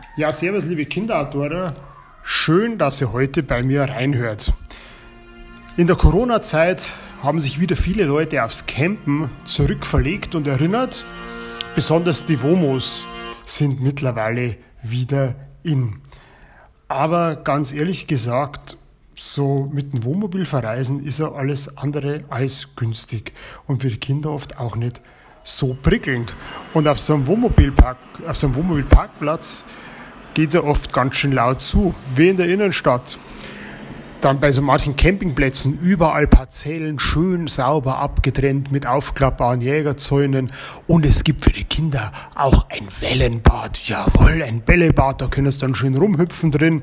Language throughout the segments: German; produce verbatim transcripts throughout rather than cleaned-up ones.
Ja, servus liebe Kinderautoren, schön, dass ihr heute bei mir reinhört. In der Corona-Zeit haben sich wieder viele Leute aufs Campen zurückverlegt und erinnert. Besonders die WOMOs sind mittlerweile wieder in. Aber ganz ehrlich gesagt, so mit dem Wohnmobil verreisen ist ja alles andere als günstig und für die Kinder oft auch nicht so prickelnd. Und auf so einem Wohnmobilpark, auf so einem Wohnmobilparkplatz geht es ja oft ganz schön laut zu, wie in der Innenstadt. Dann bei so manchen Campingplätzen überall Parzellen, schön sauber abgetrennt mit aufklappbaren Jägerzäunen. Und es gibt für die Kinder auch ein Wellenbad. Jawohl, ein Bällebad, da können sie dann schön rumhüpfen drin.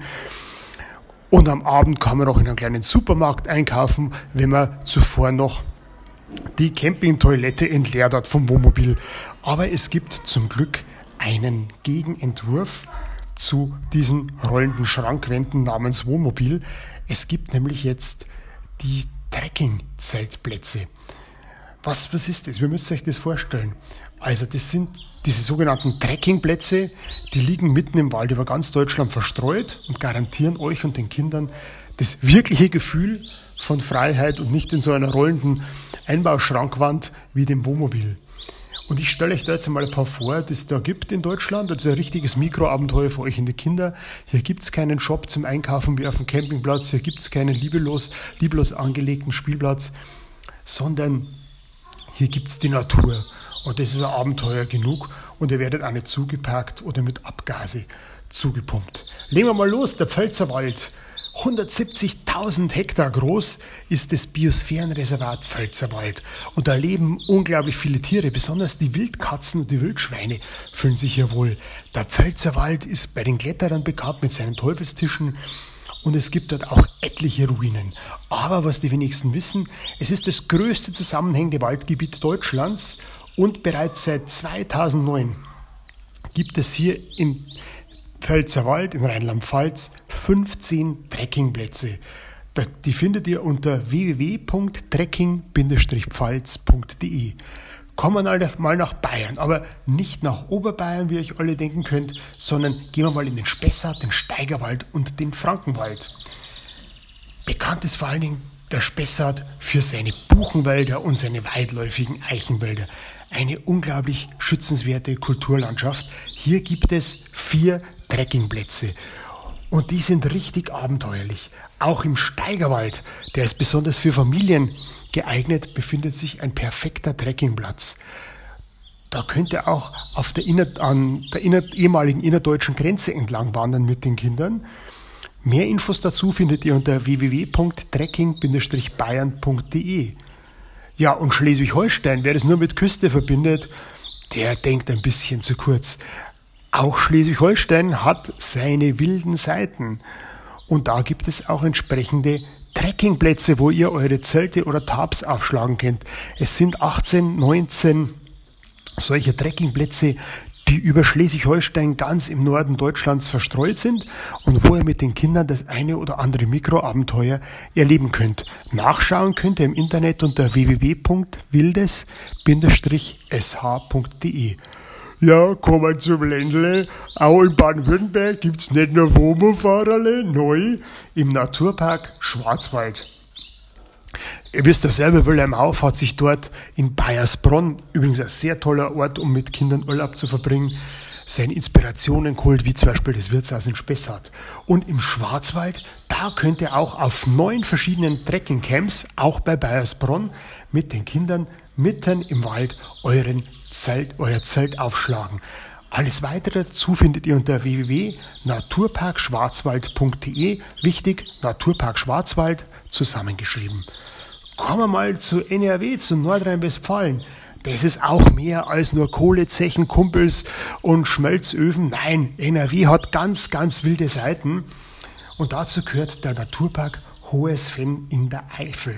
Und am Abend kann man noch in einem kleinen Supermarkt einkaufen, wenn man zuvor noch die Campingtoilette entleert hat vom Wohnmobil. Aber es gibt zum Glück einen Gegenentwurf zu diesen rollenden Schrankwänden namens Wohnmobil. Es gibt nämlich jetzt die Trekking-Zeltplätze. Was, was ist das? Wie müsst ihr euch das vorstellen? Also das sind diese sogenannten Trekkingplätze, die liegen mitten im Wald über ganz Deutschland verstreut und garantieren euch und den Kindern das wirkliche Gefühl von Freiheit und nicht in so einer rollenden Einbauschrankwand wie dem Wohnmobil. Und ich stelle euch da jetzt einmal ein paar vor, die es da gibt in Deutschland. Das ist ein richtiges Mikroabenteuer für euch und die Kinder. Hier gibt es keinen Shop zum Einkaufen wie auf dem Campingplatz. Hier gibt es keinen liebelos, liebelos angelegten Spielplatz, sondern hier gibt es die Natur. Und das ist ein Abenteuer genug. Und ihr werdet auch nicht zugeparkt oder mit Abgase zugepumpt. Legen wir mal los, der Pfälzerwald. hundertsiebzigtausend Hektar groß ist das Biosphärenreservat Pfälzerwald. Und da leben unglaublich viele Tiere, besonders die Wildkatzen und die Wildschweine fühlen sich hier wohl. Der Pfälzerwald ist bei den Kletterern bekannt mit seinen Teufelstischen und es gibt dort auch etliche Ruinen. Aber was die wenigsten wissen, es ist das größte zusammenhängende Waldgebiet Deutschlands und bereits seit zweitausendneun gibt es hier im Pfälzerwald in Rheinland-Pfalz fünfzehn Trekkingplätze. Die findet ihr unter w w w punkt trekking Bindestrich pfalz punkt d e. Kommen wir mal nach Bayern, aber nicht nach Oberbayern, wie ihr euch alle denken könnt, sondern gehen wir mal in den Spessart, den Steigerwald und den Frankenwald. Bekannt ist vor allen Dingen der Spessart für seine Buchenwälder und seine weitläufigen Eichenwälder. Eine unglaublich schützenswerte Kulturlandschaft. Hier gibt es vier Trekkingplätze und die sind richtig abenteuerlich. Auch im Steigerwald, der ist besonders für Familien geeignet, befindet sich ein perfekter Trekkingplatz. Da könnt ihr auch auf der, inner, an der inner, ehemaligen innerdeutschen Grenze entlang wandern mit den Kindern. Mehr Infos dazu findet ihr unter w w w punkt trekking Bindestrich bayern punkt d e. Ja, und Schleswig-Holstein, wer das nur mit Küste verbindet, der denkt ein bisschen zu kurz. Auch Schleswig-Holstein hat seine wilden Seiten. Und da gibt es auch entsprechende Trekkingplätze, wo ihr eure Zelte oder Tarps aufschlagen könnt. Es sind achtzehn, neunzehn solche Trekkingplätze, die über Schleswig-Holstein ganz im Norden Deutschlands verstreut sind und wo ihr mit den Kindern das eine oder andere Mikroabenteuer erleben könnt. Nachschauen könnt ihr im Internet unter w w w punkt wildes Bindestrich s h punkt d e. Ja, kommen zum Ländle. Auch in Baden-Württemberg gibt es nicht nur Womo-Fahrerle, neu im Naturpark Schwarzwald. Ihr wisst ja selber, Wilhelmhauf hat sich dort in Baiersbronn, übrigens ein sehr toller Ort, um mit Kindern Urlaub zu verbringen, seine Inspirationen geholt, wie zum Beispiel das Wirtshaus in Spessart. Und im Schwarzwald, da könnt ihr auch auf neun verschiedenen Trekkingcamps, auch bei Baiersbronn, mit den Kindern mitten im Wald euren Zelt, euer Zelt aufschlagen. Alles weitere dazu findet ihr unter w w w punkt naturpark schwarzwald punkt d e. Wichtig, Naturpark Schwarzwald zusammengeschrieben. Kommen wir mal zu N R W, zu Nordrhein-Westfalen. Das ist auch mehr als nur Kohlezechen, Kumpels und Schmelzöfen. Nein, N R W hat ganz, ganz wilde Seiten. Und dazu gehört der Naturpark Hohes Venn in der Eifel.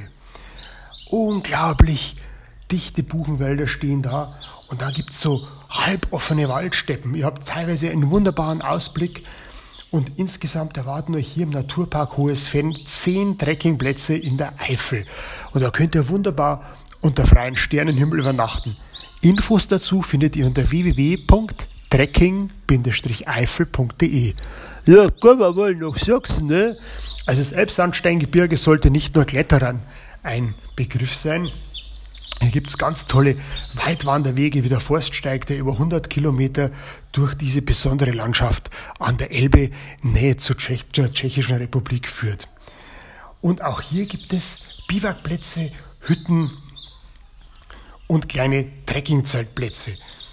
Unglaublich dichte Buchenwälder stehen da. Und da gibt es so halboffene Waldsteppen. Ihr habt teilweise einen wunderbaren Ausblick. Und insgesamt erwarten euch hier im Naturpark Hohes Venn zehn Trekkingplätze in der Eifel. Und da könnt ihr wunderbar unter freiem Sternenhimmel übernachten. Infos dazu findet ihr unter w w w punkt trekking Eifel punkt de. Ja, kommen wir mal nach Sachsen, ne? Also das Elbsandsteingebirge sollte nicht nur Kletterern ein Begriff sein. Hier gibt es ganz tolle Weitwanderwege wie der Forststeig, der über hundert Kilometer durch diese besondere Landschaft an der Elbe Nähe zur, Tschech- zur Tschechischen Republik führt. Und auch hier gibt es Biwakplätze, Hütten und kleine Trekkingzeltplätze.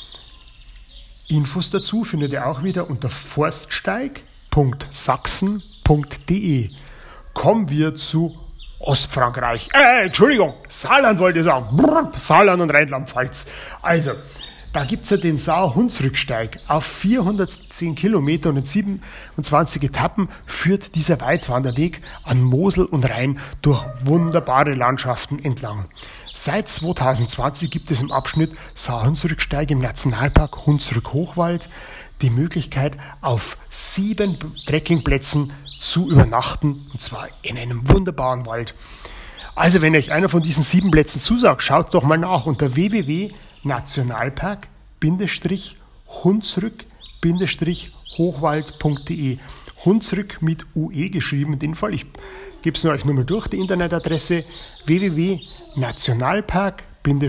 Infos dazu findet ihr auch wieder unter forststeig punkt sachsen punkt de. Kommen wir zu Ostfrankreich. Äh, Entschuldigung, Saarland wollte ich sagen. Brrr, Saarland und Rheinland-Pfalz. Also, da gibt es ja den Saar-Hunsrücksteig. Auf vierhundertzehn Kilometer und in siebenundzwanzig Etappen führt dieser Weitwanderweg an Mosel und Rhein durch wunderbare Landschaften entlang. Seit zweitausendzwanzig gibt es im Abschnitt Saar-Hunsrücksteig im Nationalpark Hunsrück-Hochwald die Möglichkeit, auf sieben Trekkingplätzen zu übernachten, und zwar in einem wunderbaren Wald. Also wenn euch einer von diesen sieben Plätzen zusagt, schaut doch mal nach unter w w w punkt nationalpark Hunsrück Hochwald punkt de. Hunsrück mit U E geschrieben in dem Fall. Ich gebe es euch nur mal durch, die Internetadresse w w w punkt nationalpark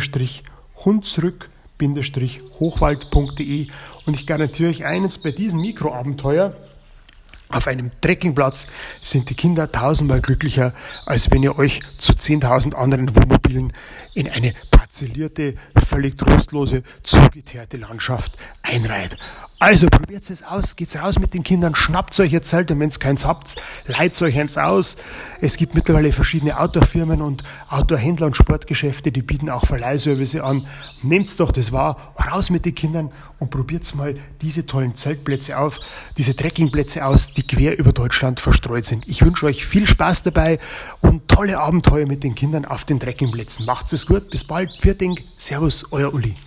Hunsrück Hochwald punkt de. Und ich garantiere euch eines, bei diesem Mikroabenteuer auf einem Trekkingplatz sind die Kinder tausendmal glücklicher, als wenn ihr euch zu zehntausend anderen Wohnmobilen in eine parzellierte, völlig trostlose, zugeteerte Landschaft einreiht. Also probiert es aus, geht's raus mit den Kindern, schnappt euch ihr Zelt und wenn ihr keins habt, leiht euch eins aus. Es gibt mittlerweile verschiedene Outdoor-Firmen und Outdoor-Händler und Sportgeschäfte, die bieten auch Verleihservice an. Nehmt's doch das wahr, raus mit den Kindern und probiert's mal diese tollen Zeltplätze auf, diese Trekkingplätze aus, die quer über Deutschland verstreut sind. Ich wünsche euch viel Spaß dabei und tolle Abenteuer mit den Kindern auf den Trekkingplätzen. Macht's es gut, bis bald, Pfiat Ding, Servus, euer Uli.